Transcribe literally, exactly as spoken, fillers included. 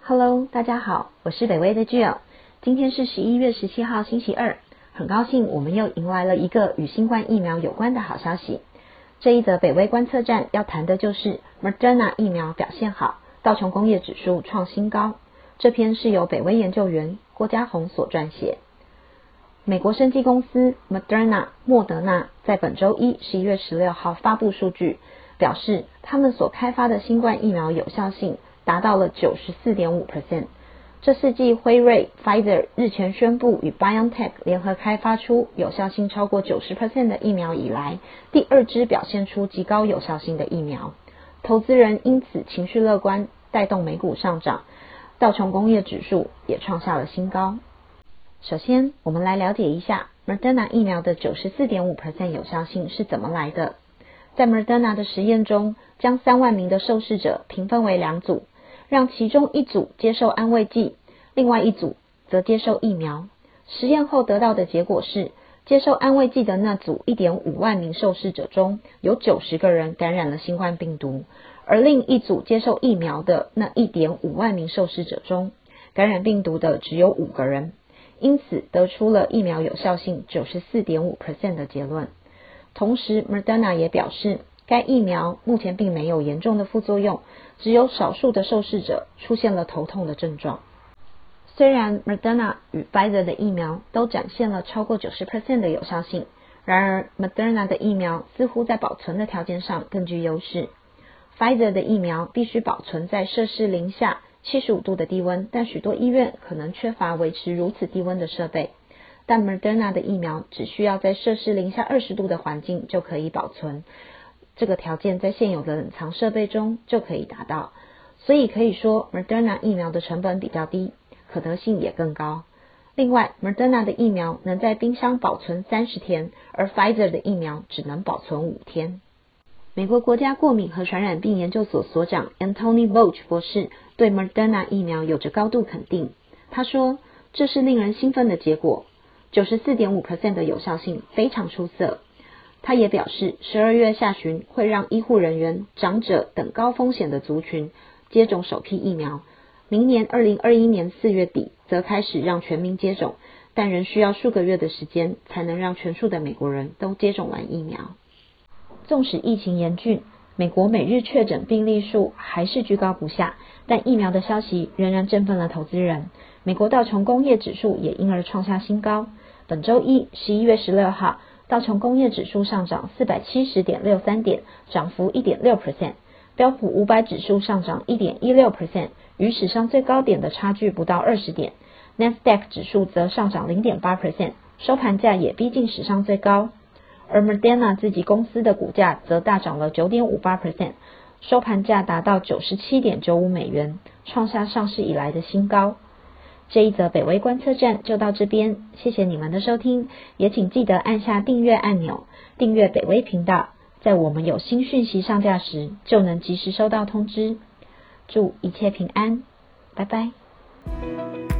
Hello， 大家好，我是北威的 Jill， 今天是十一月十七号星期二，很高兴我们又迎来了一个与新冠疫苗有关的好消息。这一则北威观测站要谈的就是 Moderna 疫苗表现好，道琼工业指数创新高。这篇是由北威研究员郭家宏所撰写。美国生技公司 Moderna 莫德纳在本周一十一月十六号发布数据，表示他们所开发的新冠疫苗有效性达到了 百分之九十四点五。 这是继辉瑞 Pfizer 日前宣布与 BioNTech 联合开发出有效性超过 百分之九十 的疫苗以来，第二支表现出极高有效性的疫苗。投资人因此情绪乐观，带动美股上涨，道琼工业指数也创下了新高。首先，我们来了解一下 Moderna 疫苗的 百分之九十四点五 有效性是怎么来的。在 Moderna 的实验中，将三万名的受试者平分为两组，让其中一组接受安慰剂，另外一组则接受疫苗。实验后得到的结果是，接受安慰剂的那组 一点五万名受试者中，有九十个人感染了新冠病毒，而另一组接受疫苗的那 一点五万名受试者中，感染病毒的只有五个人。因此得出了疫苗有效性 百分之九十四点五 的结论。同时 Moderna 也表示，该疫苗目前并没有严重的副作用，只有少数的受试者出现了头痛的症状。虽然 Moderna 与 Pfizer 的疫苗都展现了超过 百分之九十 的有效性，然而 Moderna 的疫苗似乎在保存的条件上更具优势。Pfizer 的疫苗必须保存在摄氏零下七十五度的低温，但许多医院可能缺乏维持如此低温的设备。但 Moderna 的疫苗只需要在摄氏零下二十度的环境就可以保存，这个条件在现有的冷藏设备中就可以达到，所以可以说 Moderna 疫苗的成本比较低，可得性也更高。另外 Moderna 的疫苗能在冰箱保存三十天，而 Pfizer 的疫苗只能保存五天。美国国家过敏和传染病研究所所长 Anthony Fauci 博士对 Moderna 疫苗有着高度肯定。他说，这是令人兴奋的结果， 百分之九十四点五 的有效性非常出色。他也表示，十二月下旬会让医护人员、长者等高风险的族群接种首批疫苗，明年二零二一年四月底则开始让全民接种，但仍需要数个月的时间才能让全数的美国人都接种完疫苗。纵使疫情严峻，美国每日确诊病例数还是居高不下，但疫苗的消息仍然振奋了投资人。美国道琼工业指数也因而创下新高。本周一十一月十六号，道琼工业指数上涨 四百七十点六三点，涨幅 百分之一点六， 标普五百指数上涨 百分之一点一六， 与史上最高点的差距不到二十点。 Nasdaq 指数则上涨 零点八， 收盘价也逼近史上最高。而 Moderna 自己公司的股价则大涨了 九点五八， 收盘价达到 九十七点九五美元，创下上市以来的新高。这一则北威观测站就到这边，谢谢你们的收听，也请记得按下订阅按钮，订阅北威频道，在我们有新讯息上架时就能及时收到通知。祝一切平安，拜拜。